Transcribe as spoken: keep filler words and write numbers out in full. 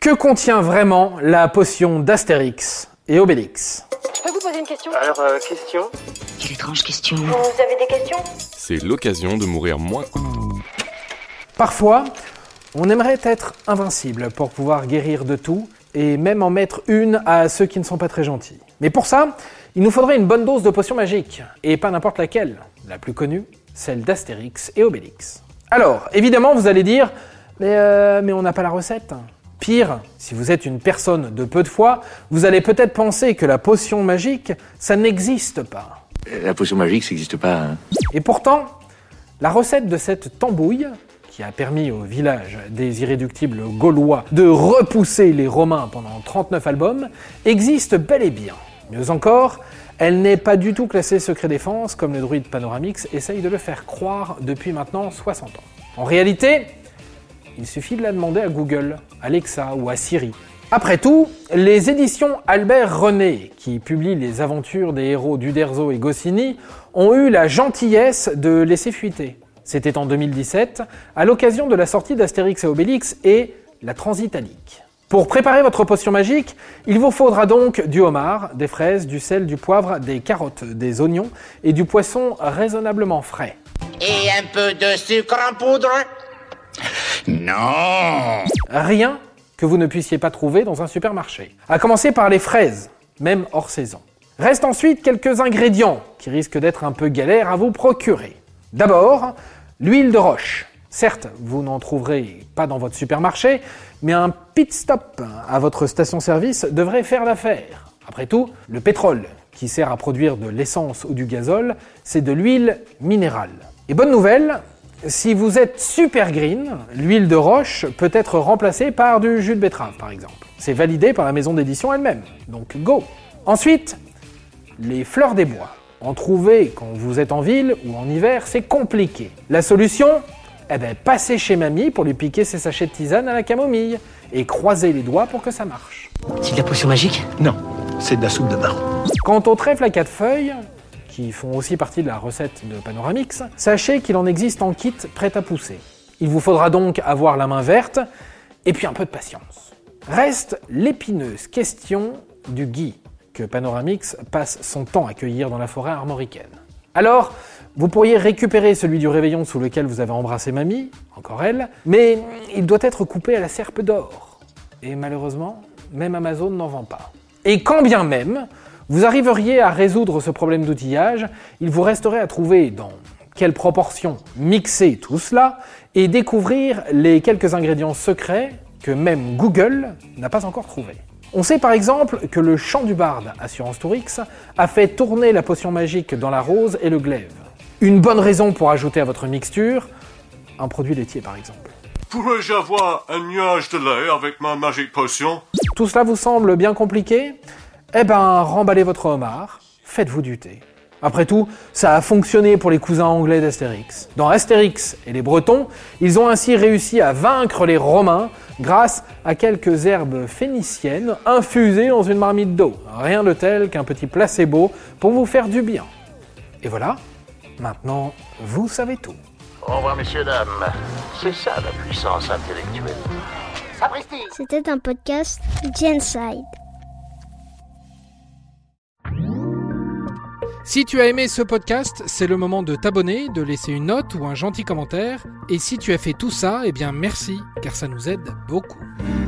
Que contient vraiment la potion d'Astérix et Obélix ? Je peux vous poser une question ? Alors, euh, question ? Quelle étrange question. Vous avez des questions ? C'est l'occasion de mourir moins. Parfois, on aimerait être invincible pour pouvoir guérir de tout et même en mettre une à ceux qui ne sont pas très gentils. Mais pour ça, il nous faudrait une bonne dose de potion magique, et pas n'importe laquelle. La plus connue, celle d'Astérix et Obélix. Alors, évidemment, vous allez dire, mais, euh, mais on n'a pas la recette. Pire, si vous êtes une personne de peu de foi, vous allez peut-être penser que la potion magique, ça n'existe pas. La potion magique, ça n'existe pas. Hein. Et pourtant, la recette de cette tambouille, qui a permis au village des irréductibles gaulois de repousser les Romains pendant trente-neuf albums, existe bel et bien. Mieux encore, elle n'est pas du tout classée secret défense comme le druide Panoramix essaye de le faire croire depuis maintenant soixante ans. En réalité, il suffit de la demander à Google, Alexa ou à Siri. Après tout, les éditions Albert René, qui publient les aventures des héros d'Uderzo et Goscinny, ont eu la gentillesse de laisser fuiter. C'était en deux mille dix-sept, à l'occasion de la sortie d'Astérix et Obélix et la Transitanique. Pour préparer votre potion magique, il vous faudra donc du homard, des fraises, du sel, du poivre, des carottes, des oignons et du poisson raisonnablement frais. Et un peu de sucre en poudre ? Non. Rien que vous ne puissiez pas trouver dans un supermarché. À commencer par les fraises, même hors saison. Restent ensuite quelques ingrédients qui risquent d'être un peu galères à vous procurer. D'abord, l'huile de roche. Certes, vous n'en trouverez pas dans votre supermarché, mais un pit stop à votre station-service devrait faire l'affaire. Après tout, le pétrole, qui sert à produire de l'essence ou du gazole, c'est de l'huile minérale. Et bonne nouvelle, si vous êtes super green, l'huile de roche peut être remplacée par du jus de betterave, par exemple. C'est validé par la maison d'édition elle-même, donc go. Ensuite, les fleurs des bois. En trouver quand vous êtes en ville ou en hiver, c'est compliqué. La solution ? Eh ben, passez chez mamie pour lui piquer ses sachets de tisane à la camomille et croisez les doigts pour que ça marche. C'est de la potion magique ? Non, c'est de la soupe de bain. Quant aux trèfles à quatre feuilles, qui font aussi partie de la recette de Panoramix, sachez qu'il en existe en kit prêt à pousser. Il vous faudra donc avoir la main verte et puis un peu de patience. Reste l'épineuse question du gui, que Panoramix passe son temps à cueillir dans la forêt armoricaine. Alors, vous pourriez récupérer celui du réveillon sous lequel vous avez embrassé mamie, encore elle, mais il doit être coupé à la serpe d'or. Et malheureusement, même Amazon n'en vend pas. Et quand bien même, vous arriveriez à résoudre ce problème d'outillage, il vous resterait à trouver dans quelle proportion mixer tout cela et découvrir les quelques ingrédients secrets que même Google n'a pas encore trouvés. On sait par exemple que le chant du barde Assurance Tourix a fait tourner la potion magique dans la rose et le glaive. Une bonne raison pour ajouter à votre mixture un produit laitier par exemple. Pourrais-je avoir un nuage de lait avec ma magic potion ? Tout cela vous semble bien compliqué ? Eh ben, remballez votre homard, faites-vous du thé. Après tout, ça a fonctionné pour les cousins anglais d'Astérix. Dans Astérix et les Bretons, ils ont ainsi réussi à vaincre les Romains grâce à quelques herbes phéniciennes infusées dans une marmite d'eau. Rien de tel qu'un petit placebo pour vous faire du bien. Et voilà, maintenant, vous savez tout. Au revoir, messieurs, dames. C'est ça la puissance intellectuelle. Sapristi ! C'était un podcast Genside. Si tu as aimé ce podcast, c'est le moment de t'abonner, de laisser une note ou un gentil commentaire. Et si tu as fait tout ça, eh bien merci, car ça nous aide beaucoup.